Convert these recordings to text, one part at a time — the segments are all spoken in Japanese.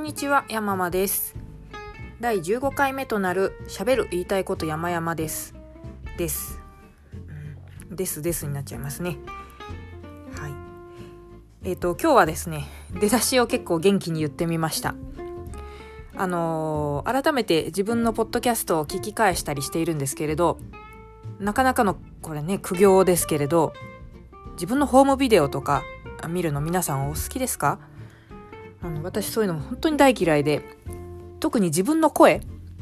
んにちは、やままです。第15回目となる喋る言いたいこと山々ですになっちゃいますね。はい。今日はですね、出だしを結構元気に言ってみました。改めて自分のポッドキャストを聞き返したりしているんですけれど、なかなかのこれね苦行ですけれど、自分のホームビデオとか見るの皆さんお好きですか？私そういうのも本当に大嫌いで、特に自分の声、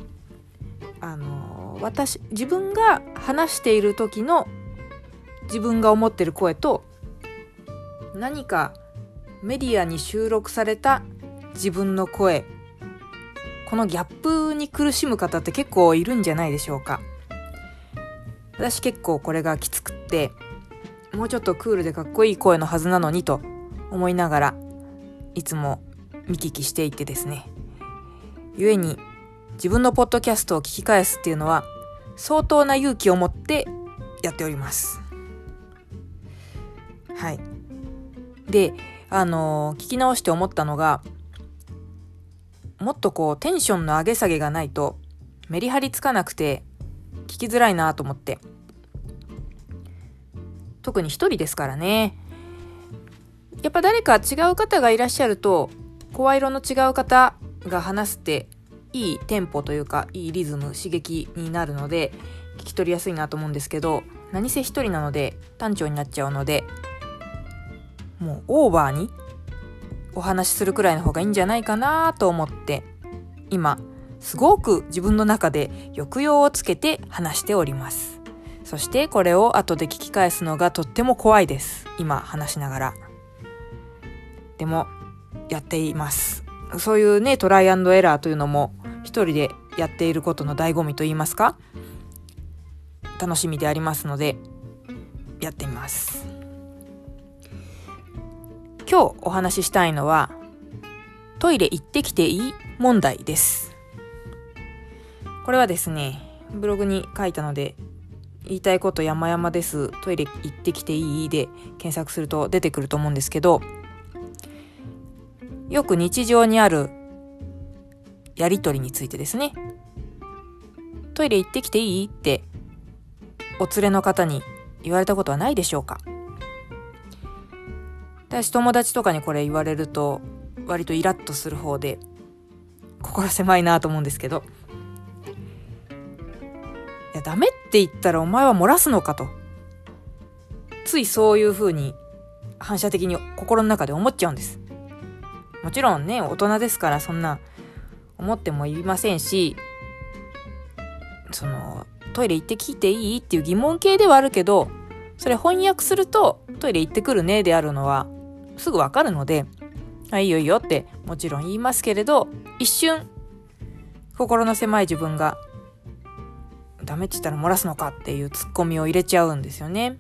自分が話している時の自分が思っている声と、何かメディアに収録された自分の声、このギャップに苦しむ方って結構いるんじゃないでしょうか。私結構これがきつくって、もうちょっとクールでかっこいい声のはずなのにと思いながらいつも見聞きしていてですね、故に自分のポッドキャストを聞き返すっていうのは相当な勇気を持ってやっております。はい。で、聞き直して思ったのが、もっとテンションの上げ下げがないとメリハリつかなくて聞きづらいなと思って、特に一人ですからね。やっぱ誰か違う方がいらっしゃると、声色の違う方が話すっていいテンポというか、いいリズム、刺激になるので聞き取りやすいなと思うんですけど、何せ一人なので単調になっちゃうので、もうオーバーにお話しするくらいの方がいいんじゃないかなと思って、今すごく自分の中で抑揚をつけて話しております。そしてこれを後で聞き返すのがとっても怖いです。今話しながら。でもやっています。そういうね、トライアンドエラーというのも一人でやっていることの醍醐味といいますか、楽しみでありますのでやってみます。今日お話ししたいのは、トイレ行ってきていい問題です。これはですね、ブログに書いたので、言いたいこと山々です、トイレ行ってきていいで検索すると出てくると思うんですけど、よく日常にあるやりとりについてですね。トイレ行ってきていいってお連れの方に言われたことはないでしょうか？私友達とかにこれ言われると割とイラッとする方で、心狭いなと思うんですけど、いやダメって言ったらお前は漏らすのかと、ついそういう風に反射的に心の中で思っちゃうんです。もちろんね、大人ですからそんな思ってもいませんし、トイレ行ってきていいっていう疑問形ではあるけど、それ翻訳するとトイレ行ってくるねであるのはすぐわかるので、いいよいいよってもちろん言いますけれど、一瞬心の狭い自分がダメって言ったら漏らすのかっていうツッコミを入れちゃうんですよね。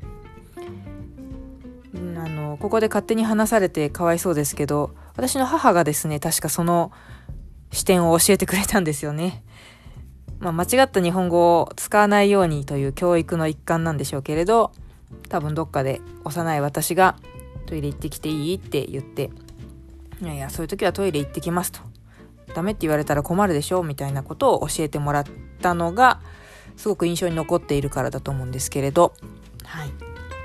ここで勝手に話されてかわいそうですけど、私の母がですね、確かその視点を教えてくれたんですよね。間違った日本語を使わないようにという教育の一環なんでしょうけれど、多分どっかで幼い私がトイレ行ってきていいって言って、いやいやそういう時はトイレ行ってきますと、ダメって言われたら困るでしょみたいなことを教えてもらったのがすごく印象に残っているからだと思うんですけれど、はい、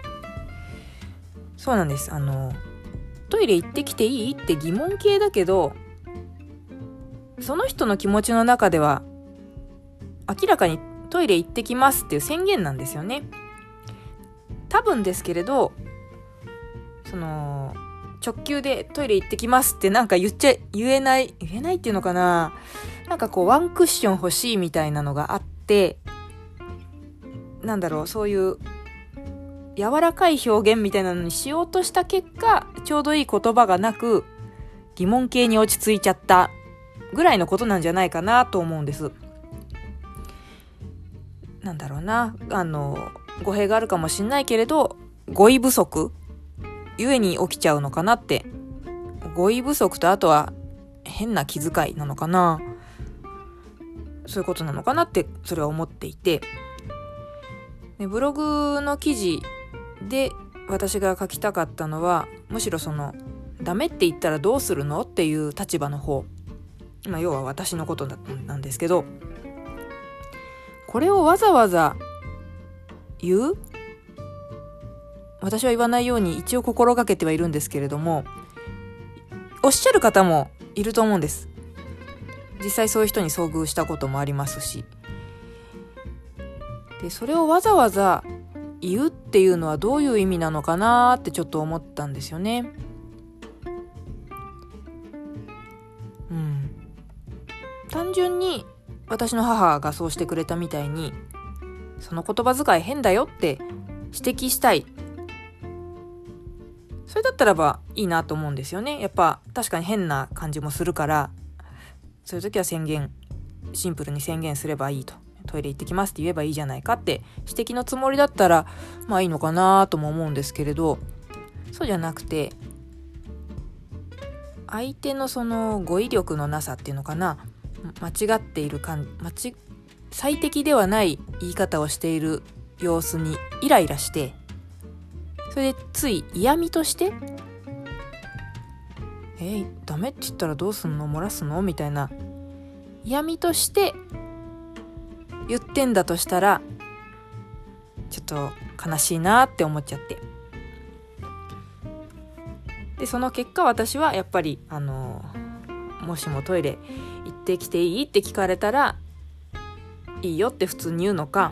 そうなんです。トイレ行ってきていいって疑問形だけど、その人の気持ちの中では明らかにトイレ行ってきますっていう宣言なんですよね。多分ですけれど、直球でトイレ行ってきますってなんか言えないっていうのかな、なんかワンクッション欲しいみたいなのがあって、そういう柔らかい表現みたいなのにしようとした結果、ちょうどいい言葉がなく疑問形に落ち着いちゃったぐらいのことなんじゃないかなと思うんです。語弊があるかもしれないけれど、語彙不足ゆえに起きちゃうのかなって。語彙不足と、あとは変な気遣いなのかな、そういうことなのかなってそれは思っていて、でブログの記事で私が書きたかったのは、むしろダメって言ったらどうするのっていう立場の方要は私のことなんですけど、これをわざわざ言う？私は言わないように一応心がけてはいるんですけれども、おっしゃる方もいると思うんです。実際そういう人に遭遇したこともありますし、でそれをわざわざ言うっていうのはどういう意味なのかなってちょっと思ったんですよね。単純に私の母がそうしてくれたみたいに、その言葉遣い変だよって指摘したい、それだったらばいいなと思うんですよね。やっぱ確かに変な感じもするから、そういう時はシンプルに宣言すればいいと。トイレ行ってきますって言えばいいじゃないかって指摘のつもりだったらいいのかなとも思うんですけれど、そうじゃなくて、相手のその語彙力のなさっていうのかな、間違っている最適ではない言い方をしている様子にイライラして、それでつい嫌味としてダメって言ったらどうすんの、漏らすのみたいな嫌味として言ってんだとしたら、ちょっと悲しいなって思っちゃって、でその結果私はやっぱりもしもトイレ行ってきていいって聞かれたらいいよって普通に言うのか、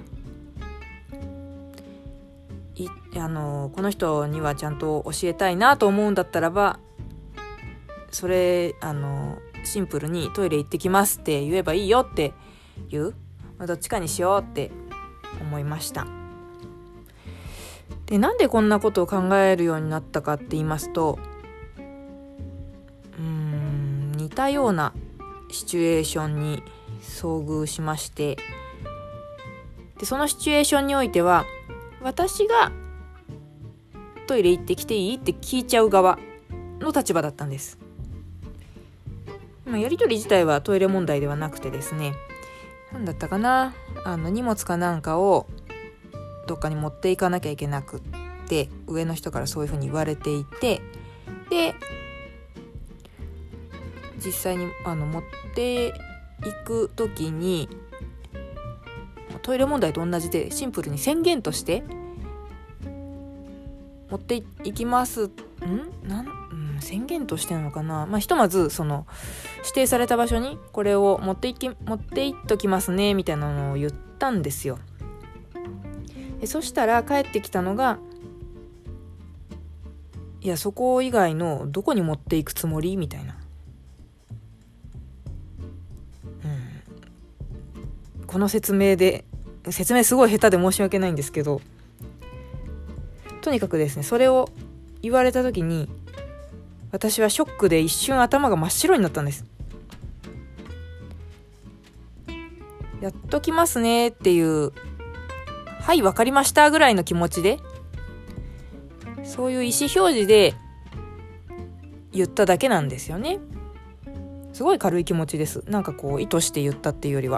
この人にはちゃんと教えたいなと思うんだったらば、それシンプルにトイレ行ってきますって言えばいいよって言う、どっちかにしようって思いました。でなんでこんなことを考えるようになったかって言いますと、似たようなシチュエーションに遭遇しまして、でそのシチュエーションにおいては私がトイレ行ってきていいって聞いちゃう側の立場だったんです。やり取り自体はトイレ問題ではなくてですね、何だったかな、荷物かなんかをどっかに持っていかなきゃいけなくって、上の人からそういうふうに言われていて、で実際に持っていくときにトイレ問題と同じでシンプルに宣言として持っていきます宣言としてなのかな、ひとまずその指定された場所にこれを持っていっときますねみたいなのを言ったんですよ。でそしたら帰ってきたのが、いやそこ以外のどこに持っていくつもりみたいな、この説明すごい下手で申し訳ないんですけど、とにかくですね、それを言われた時に私はショックで一瞬頭が真っ白になったんです。やっときますねっていう、はいわかりましたぐらいの気持ちで、そういう意思表示で言っただけなんですよね。すごい軽い気持ちです。なんかこう意図して言ったっていうよりは、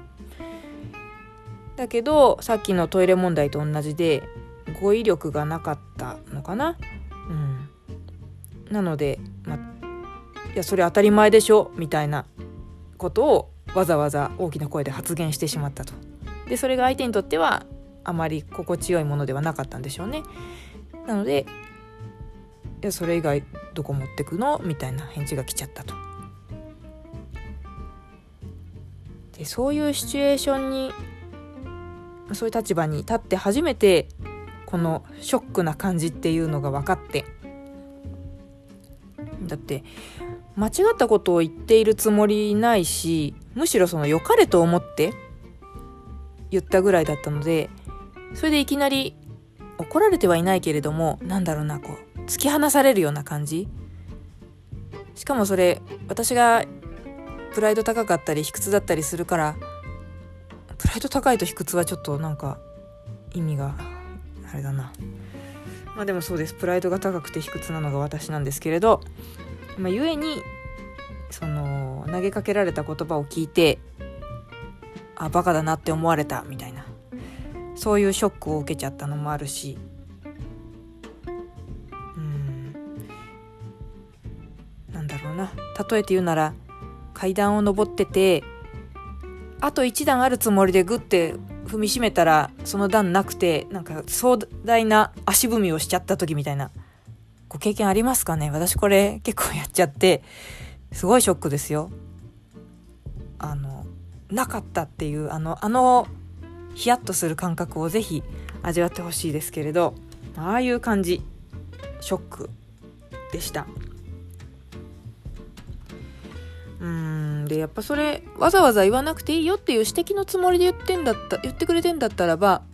だけどさっきのトイレ問題と同じで語彙力がなかったのかな、なので、いやそれ当たり前でしょみたいなことをわざわざ大きな声で発言してしまったと。でそれが相手にとってはあまり心地よいものではなかったんでしょうね。なので、いやそれ以外どこ持ってくのみたいな返事が来ちゃったと。でそういうシチュエーションに、そういう立場に立って初めてこのショックな感じっていうのが分かって、だって間違ったことを言っているつもりないし、むしろその良かれと思って言ったぐらいだったので、それでいきなり怒られてはいないけれども、こう突き放されるような感じ。しかもそれ私がプライド高かったり卑屈だったりするから、プライド高いと卑屈はちょっと意味があれだな。でもそうです、プライドが高くて卑屈なのが私なんですけれど、ゆえにその投げかけられた言葉を聞いて、バカだなって思われたみたいな、そういうショックを受けちゃったのもあるし、例えて言うなら階段を登ってて、あと1段あるつもりでグッて踏みしめたらその段なくて、なんか壮大な足踏みをしちゃった時みたいな、ご経験ありますかね。私これ結構やっちゃってすごいショックですよ。なかったっていうヒヤッとする感覚をぜひ味わってほしいですけれど、ああいう感じ、ショックでした。でやっぱそれわざわざ言わなくていいよっていう指摘のつもりで言ってくれてんだったらば、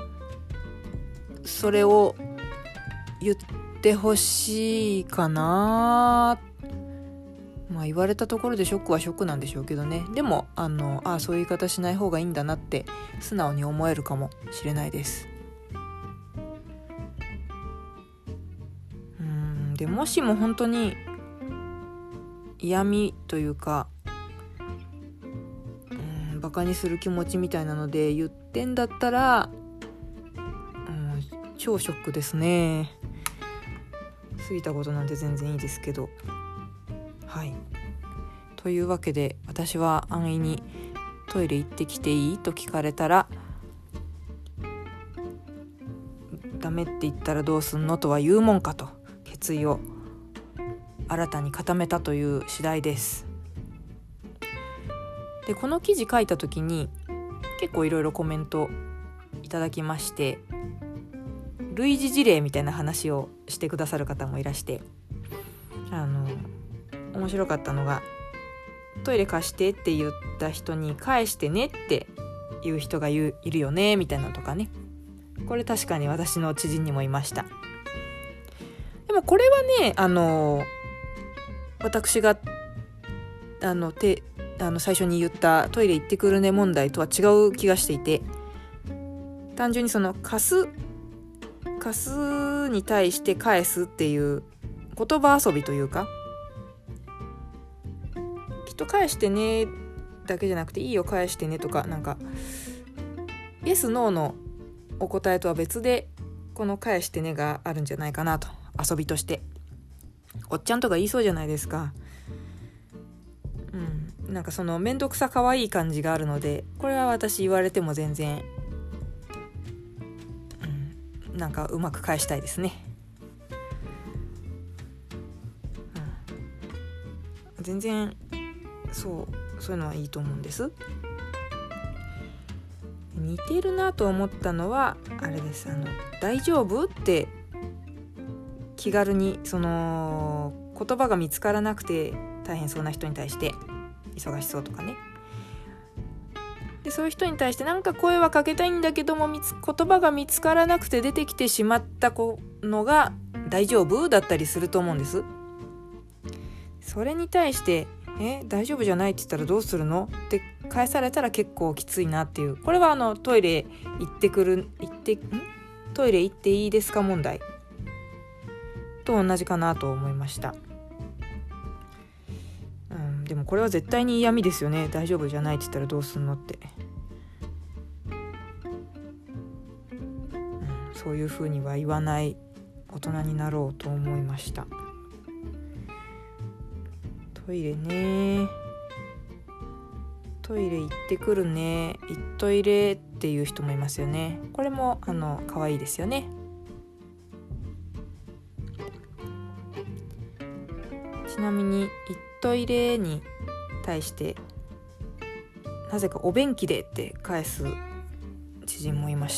それを言ってほしいかな。言われたところでショックはショックなんでしょうけどね。でもそういう言い方しない方がいいんだなって素直に思えるかもしれないです。でもしも本当に嫌味というかバカにする気持ちみたいなので言ってんだったら、超ショックですね。過ぎたことなんて全然いいですけど。はい。というわけで、私は安易にトイレ行ってきていいと聞かれたら、ダメって言ったらどうすんのとは言うもんかと決意を新たに固めたという次第です。でこの記事書いた時に結構いろいろコメントいただきまして、類似事例みたいな話をしてくださる方もいらして、面白かったのが、トイレ貸してって言った人に返してねっていう人がいるよねみたいなのとかね。これ確かに私の知人にもいました。でもこれはね、私が最初に言ったトイレ行ってくるね問題とは違う気がしていて、単純にその貸すに対して返すっていう言葉遊びというか、きっと返してねだけじゃなくて、いいよ返してねとか、なんかイエスノーのお答えとは別でこの返してねがあるんじゃないかなと、遊びとして。おっちゃんとか言いそうじゃないですか。なんかそのめんどくさ可愛い感じがあるので、これは私言われても全然、なんかうまく返したいですね。全然そういうのはいいと思うんです。似てるなと思ったのはあれです。大丈夫って気軽にその言葉が見つからなくて大変そうな人に対して、忙しそうとかね。でそういう人に対してなんか声はかけたいんだけども言葉が見つからなくて出てきてしまったのが大丈夫だったりすると思うんです。それに対して大丈夫じゃないって言ったらどうするのって返されたら結構きついなっていう。これはトイレ行っていいですか問題と同じかなと思いました。でもこれは絶対に嫌味ですよね。大丈夫じゃないって言ったらどうすんのって、そういうふうには言わない大人になろうと思いました。トイレね、トイレ行ってくるね、行っといれっていう人もいますよね。これも可愛いですよね。ちなみに行っといれに対してなぜかお便器でって返す知人もいました。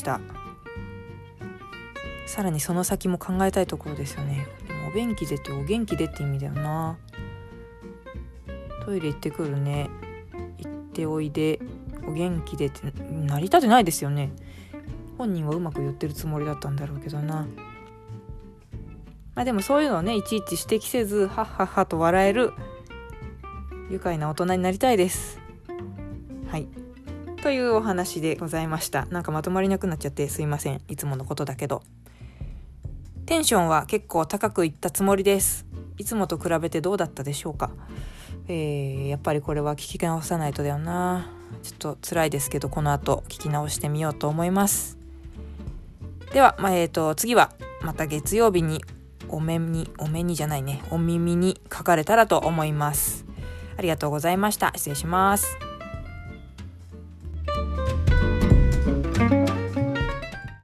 さらにその先も考えたいところですよね。でもお便器でってお元気でって意味だよな。トイレ行ってくるね、行っておいで、お元気でって成り立てないですよね。本人はうまく言ってるつもりだったんだろうけどな。でもそういうのをねいちいち指摘せずはっはっはと笑える愉快な大人になりたいです。はいというお話でございました。なんかまとまりなくなっちゃってすいません。いつものことだけどテンションは結構高くいったつもりです。いつもと比べてどうだったでしょうか。やっぱりこれは聞き直さないとだよな。ちょっと辛いですけどこの後聞き直してみようと思います。では、次はまた月曜日にお耳に書かれたらと思います。 ありがとうございました。失礼します。